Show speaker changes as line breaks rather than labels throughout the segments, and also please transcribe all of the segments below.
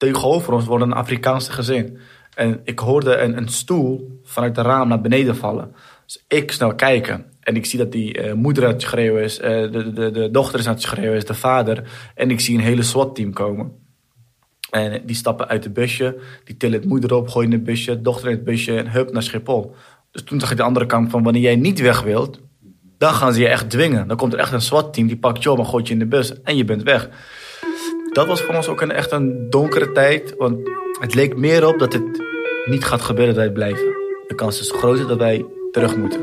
tegenover ons woonde een Afrikaanse gezin. En ik hoorde een stoel vanuit het raam naar beneden vallen. Dus ik snel kijken. En ik zie dat die moeder aan het schreeuwen is. De dochter is aan het schreeuwen is. De vader. En ik zie een hele SWAT-team komen. En die stappen uit het busje. Die tillen het moeder op, gooien in het busje. Dochter in het busje en hup naar Schiphol. Dus toen zag ik de andere kant van wanneer jij niet weg wilt, dan gaan ze je echt dwingen. Dan komt er echt een SWAT-team. Die pakt je op en gooit je in de bus. En je bent weg. Dat was voor ons ook echt een donkere tijd. Want het leek meer op dat het niet gaat gebeuren dat wij blijven. De kans is groter dat wij terug moeten.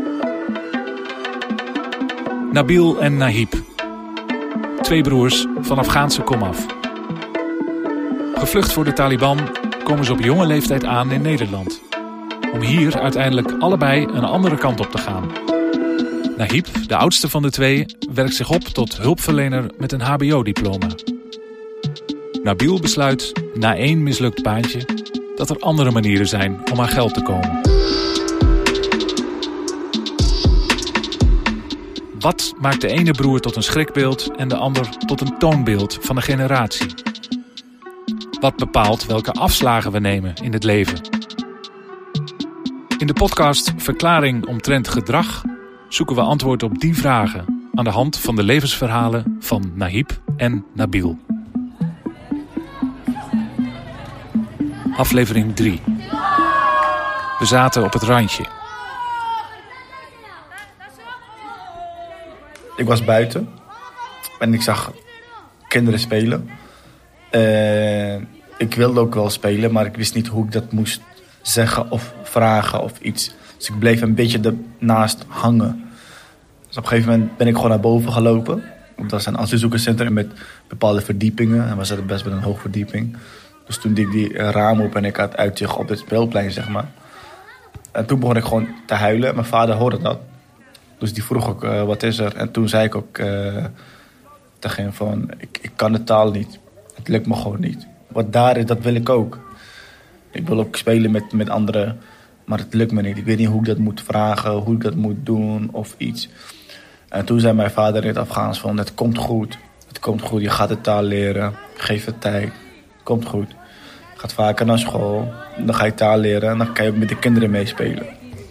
Nabil en Nahib. 2 broers van Afghaanse komaf. Gevlucht voor de Taliban komen ze op jonge leeftijd aan in Nederland. Om hier uiteindelijk allebei een andere kant op te gaan. Nahib, de oudste van de 2, werkt zich op tot hulpverlener met een hbo-diploma. Nabil besluit, na 1 mislukt baantje, dat er andere manieren zijn om aan geld te komen. Wat maakt de ene broer tot een schrikbeeld en de ander tot een toonbeeld van een generatie? Wat bepaalt welke afslagen we nemen in het leven? In de podcast Verklaring omtrent gedrag zoeken we antwoord op die vragen aan de hand van de levensverhalen van Nahib en Nabil. Aflevering 3. We zaten op het randje.
Ik was buiten en ik zag kinderen spelen. Ik wilde ook wel spelen, maar ik wist niet hoe ik dat moest zeggen of vragen of iets. Dus ik bleef een beetje ernaast hangen. Dus op een gegeven moment ben ik gewoon naar boven gelopen. Want dat is een asielzoekerscentrum met bepaalde verdiepingen. En we zaten best wel een hoge verdieping. Dus toen deed ik die raam op en ik had uitzicht op het speelplein, zeg maar. En toen begon ik gewoon te huilen. Mijn vader hoorde dat. Dus die vroeg ook, wat is er? En toen zei ik ook tegen hem van, ik kan de taal niet. Het lukt me gewoon niet. Wat daar is, dat wil ik ook. Ik wil ook spelen met anderen, maar het lukt me niet. Ik weet niet hoe ik dat moet vragen, hoe ik dat moet doen of iets. En toen zei mijn vader in het Afghaans van, het komt goed. Het komt goed, je gaat de taal leren. Geef het tijd. Het komt goed. Je gaat vaker naar school. Dan ga je taal leren en dan kan je ook met de kinderen meespelen.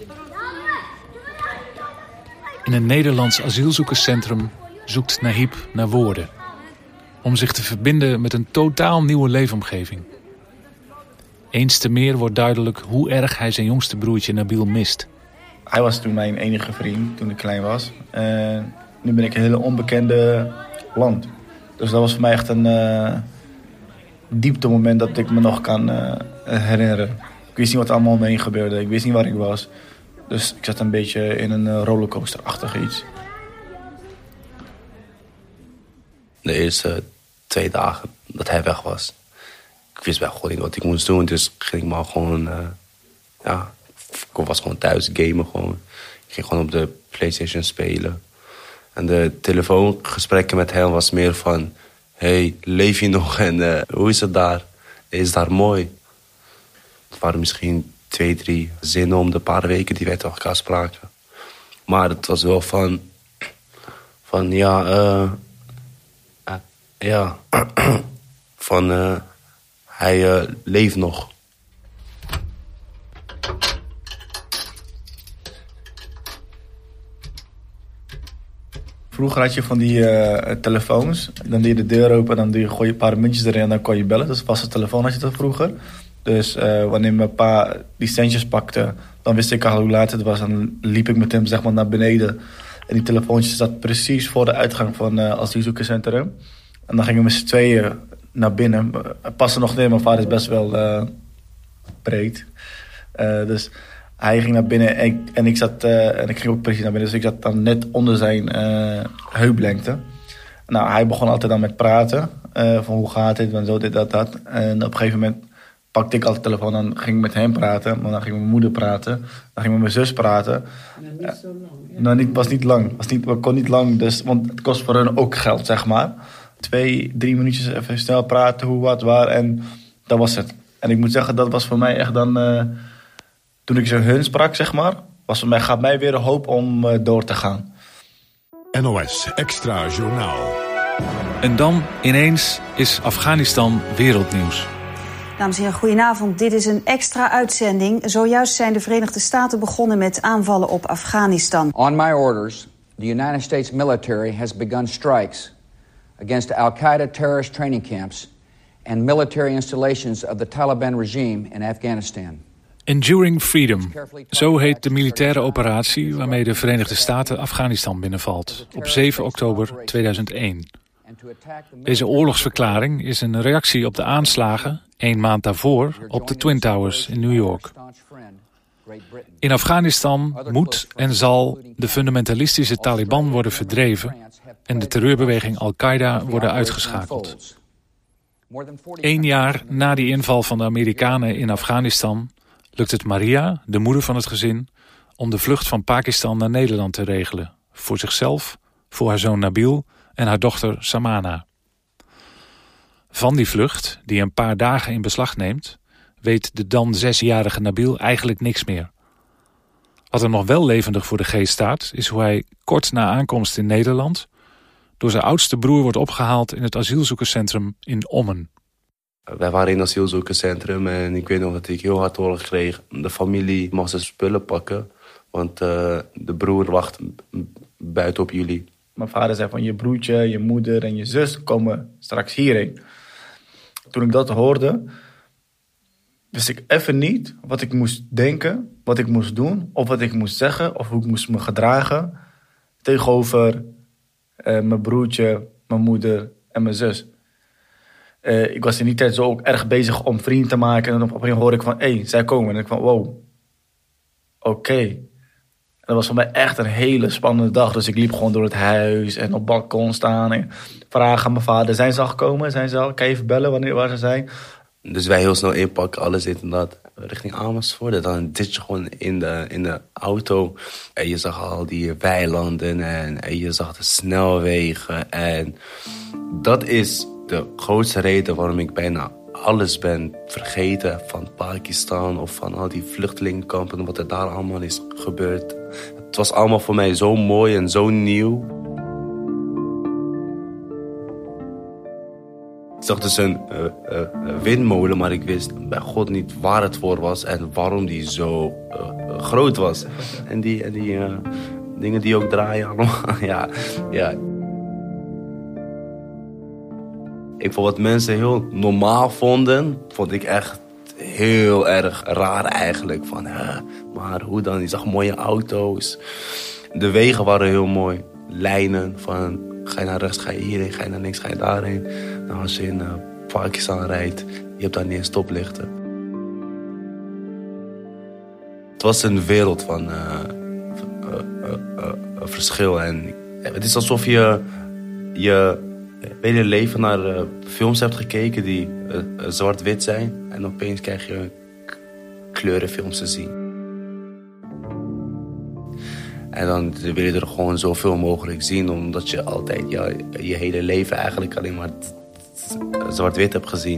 In een Nederlands asielzoekerscentrum zoekt Nahib naar woorden. Om zich te verbinden met een totaal nieuwe leefomgeving. Eens te meer wordt duidelijk hoe erg hij zijn jongste broertje Nabil mist.
Hij was toen mijn enige vriend toen ik klein was. Nu ben ik in een hele onbekende land. Dus dat was voor mij echt een dieptemoment dat ik me nog kan herinneren. Ik wist niet wat er allemaal omheen gebeurde. Ik wist niet waar ik was. Dus ik zat een beetje in een rollercoaster-achtig iets.
De eerste 2 dagen dat hij weg was. Ik wist wel gewoon niet wat ik moest doen. Dus ging ik maar gewoon... ik was gewoon thuis gamen gewoon. Ik ging gewoon op de PlayStation spelen. En de telefoongesprekken met hem was meer van... Hey, leef je nog? En hoe is het daar? Is het daar mooi? Het waren misschien 2-3 zinnen om de paar weken die wij tegen elkaar spraken. Maar het was wel van hij leeft nog.
Vroeger had je van die telefoons. Dan deed je de deur open en dan gooi je een paar muntjes erin en dan kon je bellen. Dus vaste telefoon had je dat vroeger. Dus wanneer mijn pa die centjes pakte, dan wist ik al hoe laat het was. En dan liep ik met hem zeg maar naar beneden. En die telefoontje zat precies voor de uitgang van asielzoekerscentrum. En dan gingen we met z'n tweeën naar binnen. Paste nog niet, mijn vader is best wel breed. Dus hij ging naar binnen en ik zat en ik ging ook precies naar binnen. Dus ik zat dan net onder zijn heuplengte. Nou, hij begon altijd dan met praten. Van hoe gaat het en zo, dit, dat. En op een gegeven moment pakte ik altijd de telefoon. Dan ging ik met hem praten. Maar dan ging mijn moeder praten. Dan ging ik met mijn zus praten.
Maar niet zo lang.
Nou, was niet lang. Kon niet lang, dus, want het kost voor hen ook geld, zeg maar. 2-3 minuutjes even snel praten, hoe, wat, waar. En dat was het. En ik moet zeggen, dat was voor mij echt dan... toen ik zo hun sprak, zeg maar... was voor mij, gaat mij weer de hoop om door te gaan.
NOS Extra Journaal.
En dan ineens is Afghanistan wereldnieuws.
Dames en heren, goedenavond. Dit is een extra uitzending. Zojuist zijn de Verenigde Staten begonnen met aanvallen op Afghanistan.
On my orders, the United States military has begun strikes against Al-Qaeda terrorist training camps and military installations of the Taliban regime in Afghanistan.
Enduring Freedom, zo heet de militaire operatie waarmee de Verenigde Staten Afghanistan binnenvalt op 7 oktober 2001. Deze oorlogsverklaring is een reactie op de aanslagen 1 maand daarvoor op de Twin Towers in New York. In Afghanistan moet en zal de fundamentalistische Taliban worden verdreven en de terreurbeweging Al-Qaeda worden uitgeschakeld. 1 jaar na die inval van de Amerikanen in Afghanistan lukt het Maria, de moeder van het gezin, om de vlucht van Pakistan naar Nederland te regelen. Voor zichzelf, voor haar zoon Nabil en haar dochter Samana. Van die vlucht, die een paar dagen in beslag neemt, weet de dan 6-jarige Nabil eigenlijk niks meer. Wat hem nog wel levendig voor de geest staat, is hoe hij kort na aankomst in Nederland door zijn oudste broer wordt opgehaald in het asielzoekerscentrum in Ommen.
Wij waren in het asielzoekerscentrum en ik weet nog dat ik heel hard horen kreeg. De familie mag zijn spullen pakken, want de broer wacht buiten op jullie.
Mijn vader zei van je broertje, je moeder en je zus komen straks hierheen. Toen ik dat hoorde, wist ik even niet wat ik moest denken, wat ik moest doen, of wat ik moest zeggen, of hoe ik moest me gedragen tegenover mijn broertje, mijn moeder en mijn zus. Ik was in die tijd zo ook erg bezig om vrienden te maken. En op een gegeven moment hoorde ik van, hé, zij komen. En ik van, wow, oké. En dat was voor mij echt een hele spannende dag. Dus ik liep gewoon door het huis en op het balkon staan. En vragen aan mijn vader, zijn ze al gekomen? Zijn ze al? Kan je even bellen waar ze zijn?
Dus wij heel snel inpakken, alles dit en dat. Richting Amersfoort. En dan zit je gewoon in de auto. En je zag al die weilanden en je zag de snelwegen. En dat is de grootste reden waarom ik bijna alles ben vergeten van Pakistan of van al die vluchtelingenkampen en wat er daar allemaal is gebeurd. Het was allemaal voor mij zo mooi en zo nieuw. Ik zag dus een windmolen, maar ik wist bij God niet waar het voor was en waarom die zo groot was. En die dingen die ook draaien allemaal, ja. Ik vond wat mensen heel normaal vonden, vond ik echt heel erg raar eigenlijk. Van, maar hoe dan? Je zag mooie auto's. De wegen waren heel mooi. Lijnen van, ga je naar rechts, ga je hierheen, ga je naar links, ga je daarheen. Nou, als je in Pakistan rijdt, je hebt daar niet eens stoplichten. Het was een wereld van verschil. En het is alsof je hele leven naar films hebt gekeken die zwart-wit zijn. En opeens krijg je kleurenfilms te zien. En dan wil je er gewoon zoveel mogelijk zien. Omdat je altijd je hele leven eigenlijk alleen maar zwart-wit hebt gezien.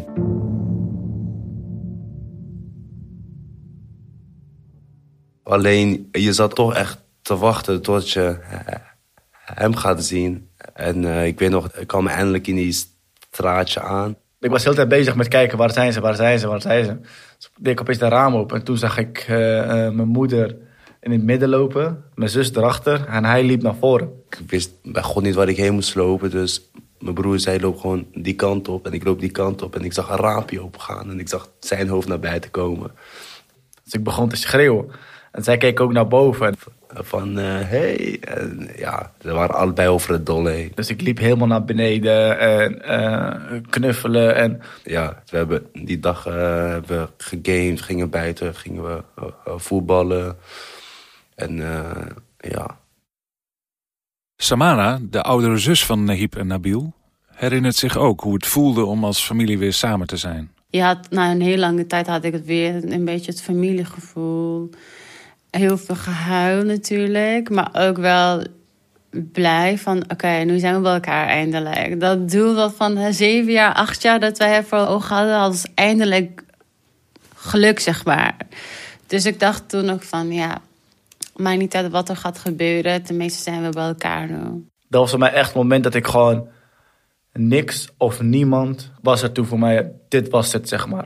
Alleen je zat toch echt te wachten tot je hem gaat zien. En ik weet nog, ik kwam eindelijk in die straatje aan.
Ik was de hele tijd bezig met kijken, waar zijn ze. Dus deed ik opeens de raam open. En toen zag ik mijn moeder in het midden lopen. Mijn zus erachter. En hij liep naar voren.
Ik wist bij God niet waar ik heen moest lopen. Dus mijn broer zei, loop gewoon die kant op. En ik loop die kant op. En ik zag een raampje opengaan. En ik zag zijn hoofd naar buiten komen.
Dus ik begon te schreeuwen. En zij keek ook naar boven.
Van, hey. En ja, ze waren allebei over het dolle heen.
Dus ik liep helemaal naar beneden en knuffelen. En
ja, we hebben die dag hebben gegamed, gingen buiten, gingen we voetballen. En ja.
Samana, de oudere zus van Nahib en Nabil, herinnert zich ook hoe het voelde om als familie weer samen te zijn.
Ja, na een heel lange tijd had ik het weer een beetje het familiegevoel. Heel veel gehuil natuurlijk, maar ook wel blij van oké, nu zijn we bij elkaar eindelijk. Dat doel dat van 7 jaar, 8 jaar dat wij voor ogen hadden is eindelijk geluk, zeg maar. Dus ik dacht toen ook van ja, maakt niet uit wat er gaat gebeuren. Tenminste zijn we bij elkaar nu.
Dat was voor mij echt het moment dat ik gewoon niks of niemand was er toen voor mij. Dit was het, zeg maar.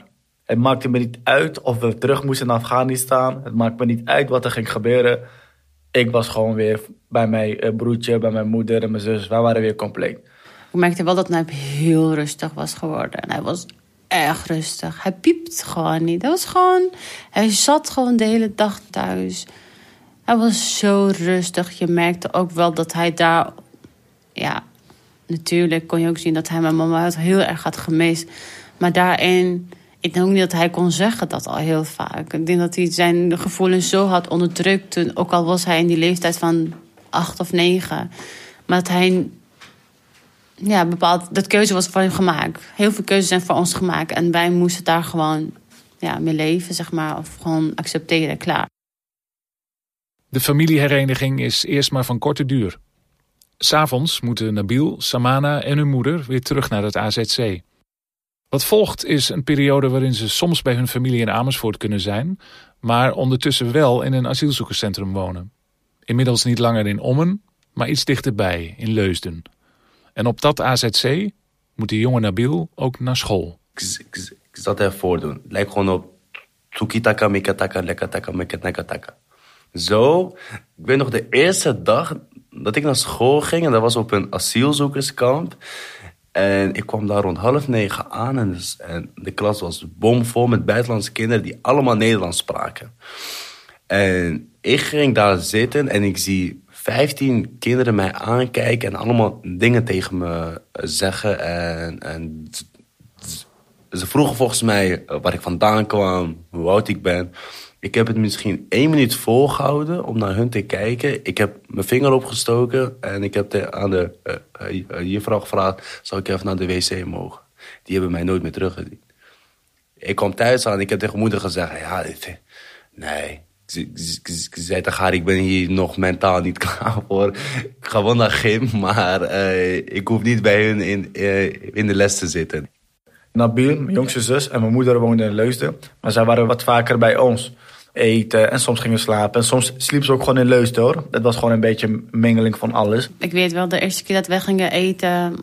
Het maakte me niet uit of we terug moesten naar Afghanistan. Het maakte me niet uit wat er ging gebeuren. Ik was gewoon weer bij mijn broertje, bij mijn moeder en mijn zus. Wij waren weer compleet.
Ik merkte wel dat hij heel rustig was geworden. En hij was erg rustig. Hij piept gewoon niet. Hij zat gewoon de hele dag thuis. Hij was zo rustig. Je merkte ook wel dat hij daar... Ja, natuurlijk kon je ook zien dat hij mijn mama heel erg had gemist. Maar daarin... Ik denk ook niet dat hij kon zeggen dat al heel vaak. Ik denk dat hij zijn gevoelens zo had onderdrukt. Toen, ook al was hij in die leeftijd van 8 of 9. Maar dat hij... Ja, dat keuze was voor hem gemaakt. Heel veel keuzes zijn voor ons gemaakt. En wij moesten daar gewoon mee leven, zeg maar. Of gewoon accepteren, klaar.
De familiehereniging is eerst maar van korte duur. 'S Avonds moeten Nabil, Samana en hun moeder weer terug naar het AZC. Wat volgt is een periode waarin ze soms bij hun familie in Amersfoort kunnen zijn, maar ondertussen wel in een asielzoekerscentrum wonen. Inmiddels niet langer in Ommen, maar iets dichterbij, in Leusden. En op dat AZC moet de jonge Nabil ook naar school.
Ik zat ervoor doen. Het lijkt gewoon op Tsukitaka, Mikataka, Lekataka, Mekataka. Zo, ik weet nog de eerste dag dat ik naar school ging, en dat was op een asielzoekerskamp. En ik kwam daar rond 8:30 aan en de klas was bomvol met buitenlandse kinderen die allemaal Nederlands spraken. En ik ging daar zitten en ik zie 15 kinderen mij aankijken en allemaal dingen tegen me zeggen. En ze vroegen volgens mij waar ik vandaan kwam, hoe oud ik ben. Ik heb het misschien 1 minuut volgehouden om naar hun te kijken. Ik heb mijn vinger opgestoken en ik heb aan de juffrouw gevraagd... zou ik even naar de wc mogen? Die hebben mij nooit meer teruggezien. Ik kwam thuis aan en ik heb tegen moeder gezegd... nee, ik zei tegen haar, ik ben hier nog mentaal niet klaar voor. Ik ga wel naar gym, maar ik hoef niet bij hun in de les te zitten.
Nabil, mijn jongste zus en mijn moeder woonden in Leusden. Maar zij waren wat vaker bij ons eten en soms gingen we slapen. En soms sliepen ze ook gewoon in Leusden, hoor. Dat was gewoon een beetje een mengeling van alles.
Ik weet wel, de eerste keer dat wij gingen eten...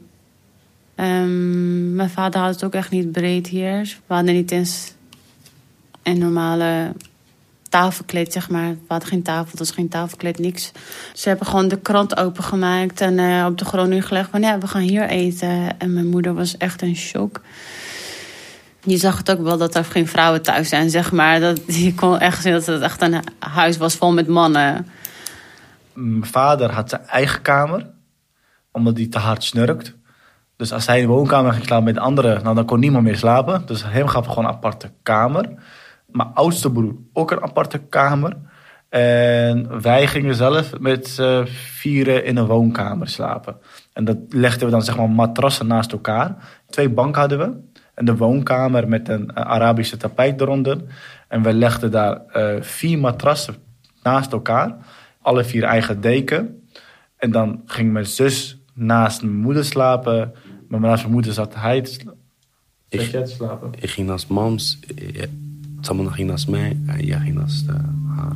mijn vader had het ook echt niet breed hier. We hadden niet eens een normale tafelkleed, zeg maar. We hadden geen tafel, dus geen tafelkleed, niks. Ze hebben gewoon de krant opengemaakt en op de grond neergelegd van... ja, we gaan hier eten. En mijn moeder was echt in shock. Je zag het ook wel dat er geen vrouwen thuis zijn, zeg maar. Je kon echt zien dat het echt een huis was vol met mannen.
Mijn vader had zijn eigen kamer, omdat hij te hard snurkt. Dus als hij in de woonkamer ging slapen met de anderen, dan kon niemand meer slapen. Dus hem gaf gewoon een aparte kamer. Mijn oudste broer ook een aparte kamer. En wij gingen zelf met 4 in een woonkamer slapen. En dat legden we dan, zeg maar, matrassen naast elkaar. 2 banken hadden we. En de woonkamer met een Arabische tapijt eronder. En we legden daar 4 matrassen naast elkaar. Alle 4 eigen deken. En dan ging mijn zus naast mijn moeder slapen. Maar naast mijn moeder zat hij te slapen.
Ik ging naast mams. Samana ging naast mij. En jij ging naast haar.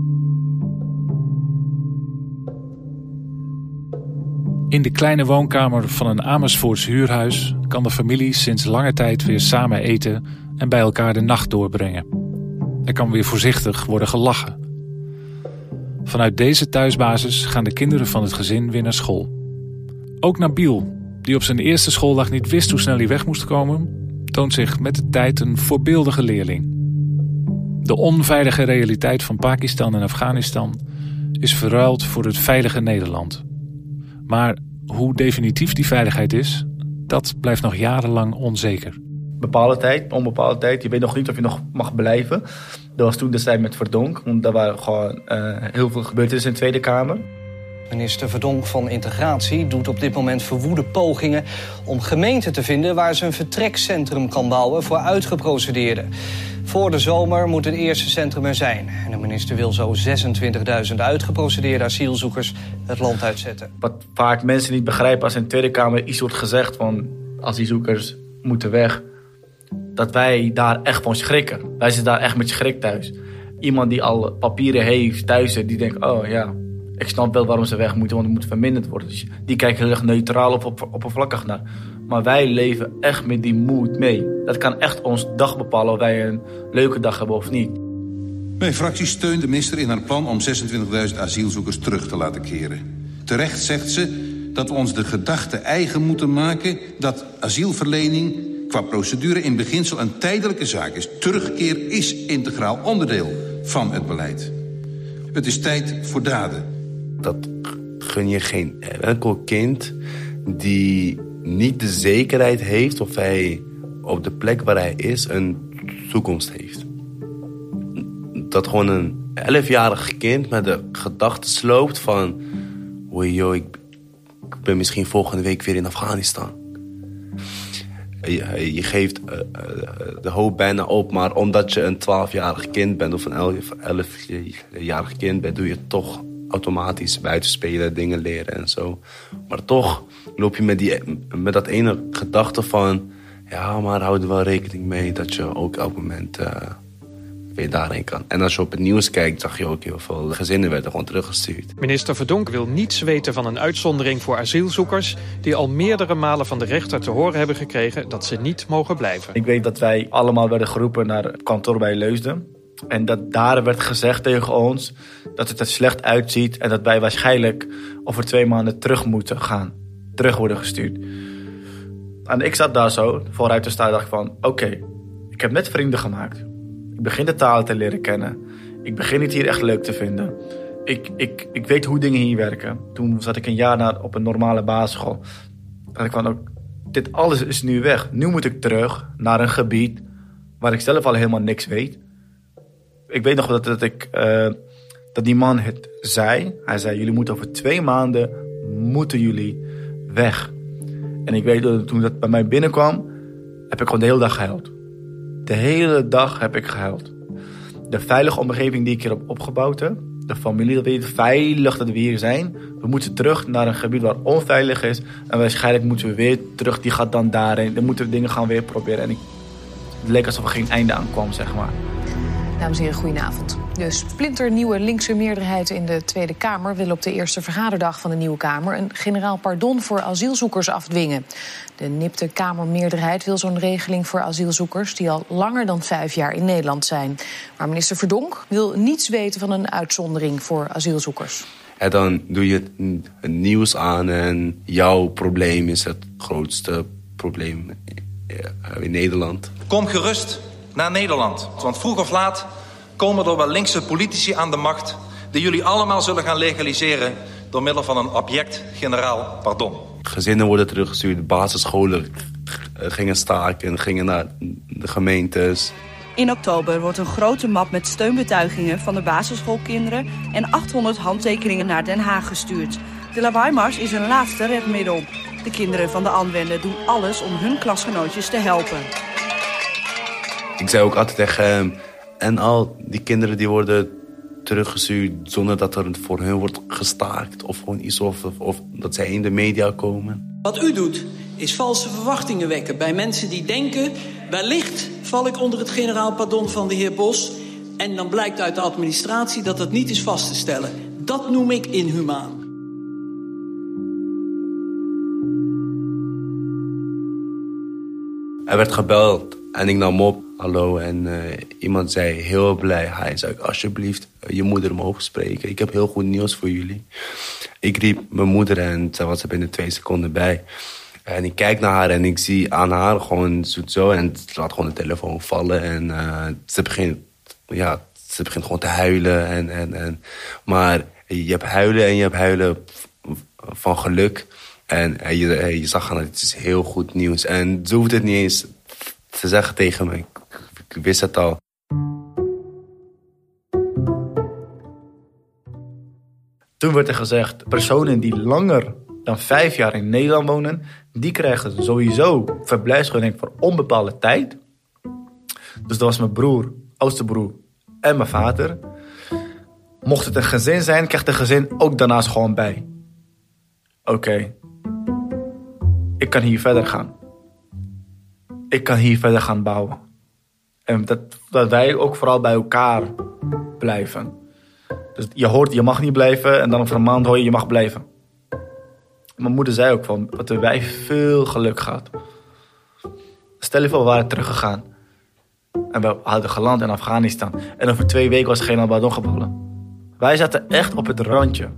In de kleine woonkamer van een Amersfoorts huurhuis kan de familie sinds lange tijd weer samen eten en bij elkaar de nacht doorbrengen. Er kan weer voorzichtig worden gelachen. Vanuit deze thuisbasis gaan de kinderen van het gezin weer naar school. Ook Nabil, die op zijn eerste schooldag niet wist hoe snel hij weg moest komen, toont zich met de tijd een voorbeeldige leerling. De onveilige realiteit van Pakistan en Afghanistan is verruild voor het veilige Nederland. Maar hoe definitief die veiligheid is, dat blijft nog jarenlang onzeker.
Bepaalde tijd, onbepaalde tijd. Je weet nog niet of je nog mag blijven. Dat was toen destijds met Verdonk. Want daar waren gewoon heel veel gebeurtenissen in de Tweede Kamer.
Minister Verdonk van Integratie doet op dit moment verwoede pogingen om gemeenten te vinden waar ze een vertrekcentrum kan bouwen voor uitgeprocedeerden. Voor de zomer moet het eerste centrum er zijn. En de minister wil zo 26.000 uitgeprocedeerde asielzoekers het land uitzetten.
Wat vaak mensen niet begrijpen als in de Tweede Kamer iets wordt gezegd van asielzoekers moeten weg. Dat wij daar echt van schrikken. Wij zitten daar echt met schrik thuis. Iemand die al papieren heeft thuis, die denkt, oh ja, ik snap wel waarom ze weg moeten, want het moet verminderd worden. Dus die kijken heel erg neutraal of oppervlakkig naar. Maar wij leven echt met die moed mee. Dat kan echt ons dag bepalen of wij een leuke dag hebben of niet.
Mijn fractie steunt de minister in haar plan om 26.000 asielzoekers terug te laten keren. Terecht zegt ze dat we ons de gedachte eigen moeten maken dat asielverlening qua procedure in beginsel een tijdelijke zaak is. Terugkeer is integraal onderdeel van het beleid. Het is tijd voor daden.
Dat gun je geen enkel kind die niet de zekerheid heeft of hij op de plek waar hij is een toekomst heeft. Dat gewoon een 11-jarig kind met de gedachte sloopt van... Oei joh, ik ben misschien volgende week weer in Afghanistan. Je geeft de hoop bijna op, maar omdat je een 12-jarig kind bent of een 11-jarig kind bent, doe je toch automatisch buiten spelen, dingen leren en zo. Maar toch loop je met dat ene gedachte van... Ja, maar hou er wel rekening mee dat je ook elk moment weer daarheen kan. En als je op het nieuws kijkt, zag je ook heel veel gezinnen werden gewoon teruggestuurd.
Minister Verdonk wil niets weten van een uitzondering voor asielzoekers die al meerdere malen van de rechter te horen hebben gekregen dat ze niet mogen blijven.
Ik weet dat wij allemaal werden geroepen naar het kantoor bij Leusden. En dat daar werd gezegd tegen ons dat het er slecht uitziet en dat wij waarschijnlijk over 2 maanden terug moeten gaan. Terug worden gestuurd. En ik zat daar zo vooruit te staan en dacht van... Oké, ik heb net vrienden gemaakt. Ik begin de talen te leren kennen. Ik begin het hier echt leuk te vinden. Ik weet hoe dingen hier werken. Toen zat ik een jaar op een normale basisschool. dacht ik van, dit alles is nu weg. Nu moet ik terug naar een gebied waar ik zelf al helemaal niks weet. Ik weet nog dat die man het zei. Hij zei, jullie moeten over 2 maanden moeten jullie weg. En ik weet dat toen dat bij mij binnenkwam, heb ik gewoon de hele dag gehuild. De hele dag heb ik gehuild. De veilige omgeving die ik hier heb opgebouwd heb. De familie, dat weet veilig dat we hier zijn. We moeten terug naar een gebied waar onveilig is. En waarschijnlijk moeten we weer terug. Die gaat dan daarheen. Dan moeten we dingen gaan weer proberen. En het leek alsof er geen einde aan kwam, zeg maar.
Dames en heren, goedenavond. De splinternieuwe linkse meerderheid in de Tweede Kamer wil op de eerste vergaderdag van de nieuwe Kamer een generaal pardon voor asielzoekers afdwingen. De nipte Kamermeerderheid wil zo'n regeling voor asielzoekers die al langer dan 5 jaar in Nederland zijn. Maar minister Verdonk wil niets weten van een uitzondering voor asielzoekers.
En dan doe je het nieuws aan en jouw probleem is het grootste probleem in Nederland.
Kom gerust naar Nederland, want vroeg of laat komen er wel linkse politici aan de macht die jullie allemaal zullen gaan legaliseren door middel van een object generaal pardon.
Gezinnen worden teruggestuurd, basisscholen gingen staken en gingen naar de gemeentes.
In oktober wordt een grote map met steunbetuigingen van de basisschoolkinderen en 800 handtekeningen naar Den Haag gestuurd. De lawaaimars is een laatste redmiddel. De kinderen van de Anwender doen alles om hun klasgenootjes te helpen.
Ik zei ook altijd tegen hem, en al die kinderen die worden teruggestuurd zonder dat er voor hun wordt gestaakt of gewoon iets of dat zij in de media komen.
Wat u doet is valse verwachtingen wekken bij mensen die denken, wellicht val ik onder het generaal pardon van de heer Bos en dan blijkt uit de administratie dat dat niet is vast te stellen. Dat noem ik inhumaan.
Er werd gebeld en ik nam op. Hallo, en iemand zei heel blij. Hij zei, alsjeblieft, je moeder mogen spreken. Ik heb heel goed nieuws voor jullie. Ik riep mijn moeder en zij was er binnen 2 seconden bij. En ik kijk naar haar en ik zie aan haar gewoon zo. En ze laat gewoon de telefoon vallen. En ze begint gewoon te huilen. Maar je hebt huilen en je hebt huilen van geluk. En je zag aan, het is heel goed nieuws. En ze hoeft het niet eens te zeggen tegen me. Ik wist het al.
Toen werd er gezegd, personen die langer dan 5 jaar in Nederland wonen, die krijgen sowieso verblijfsvergunning voor onbepaalde tijd. Dus dat was mijn broer, oudste broer en mijn vader. Mocht het een gezin zijn, krijgt de gezin ook daarnaast gewoon bij. Oké. Ik kan hier verder gaan. Ik kan hier verder gaan bouwen. En dat wij ook vooral bij elkaar blijven. Dus je hoort, je mag niet blijven. En dan over een maand hoor je mag blijven. Mijn moeder zei ook van, wat hebben wij veel geluk gehad. Stel je voor, we waren teruggegaan. En we hadden geland in Afghanistan. En over 2 weken was generaal Pardon gevallen. Wij zaten echt op het randje.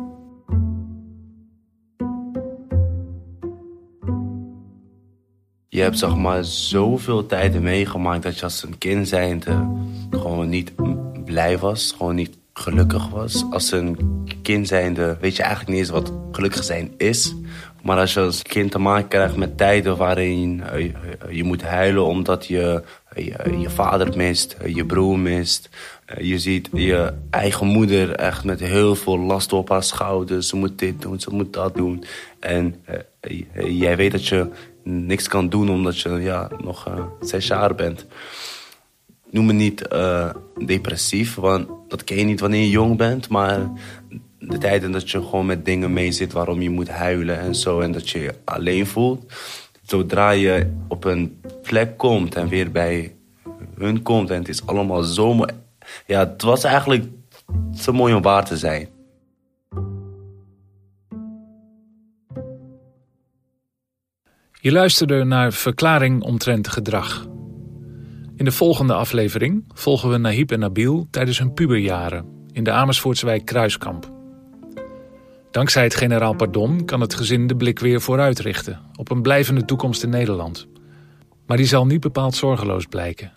Je hebt zeg maar zoveel tijden meegemaakt dat je als een kind zijnde gewoon niet blij was, gewoon niet gelukkig was. Als een kind zijnde weet je eigenlijk niet eens wat gelukkig zijn is. Maar als je als kind te maken krijgt met tijden waarin je moet huilen omdat je vader mist, je broer mist. Je ziet je eigen moeder echt met heel veel last op haar schouders. Ze moet dit doen, ze moet dat doen. En jij weet dat je niks kan doen omdat je nog 6 jaar bent. Noem me niet depressief, want dat ken je niet wanneer je jong bent. Maar de tijden dat je gewoon met dingen mee zit waarom je moet huilen en zo. En dat je je alleen voelt. Zodra je op een plek komt en weer bij hun komt. En het is allemaal zo mooi. Ja, het was eigenlijk zo mooi om waar te zijn.
Je luisterde naar Verklaring omtrent gedrag. In de volgende aflevering volgen we Nahib en Nabil tijdens hun puberjaren in de Amersfoortse wijk Kruiskamp. Dankzij het generaal Pardon kan het gezin de blik weer vooruit richten op een blijvende toekomst in Nederland. Maar die zal niet bepaald zorgeloos blijken.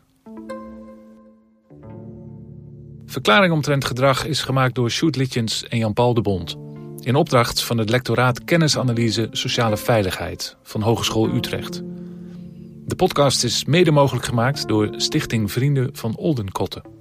Verklaring omtrent gedrag is gemaakt door Sjoerd Litjens en Jan-Paul de Bond. In opdracht van het lectoraat Kennisanalyse Sociale Veiligheid van Hogeschool Utrecht. De podcast is mede mogelijk gemaakt door Stichting Vrienden van Oldenkotten.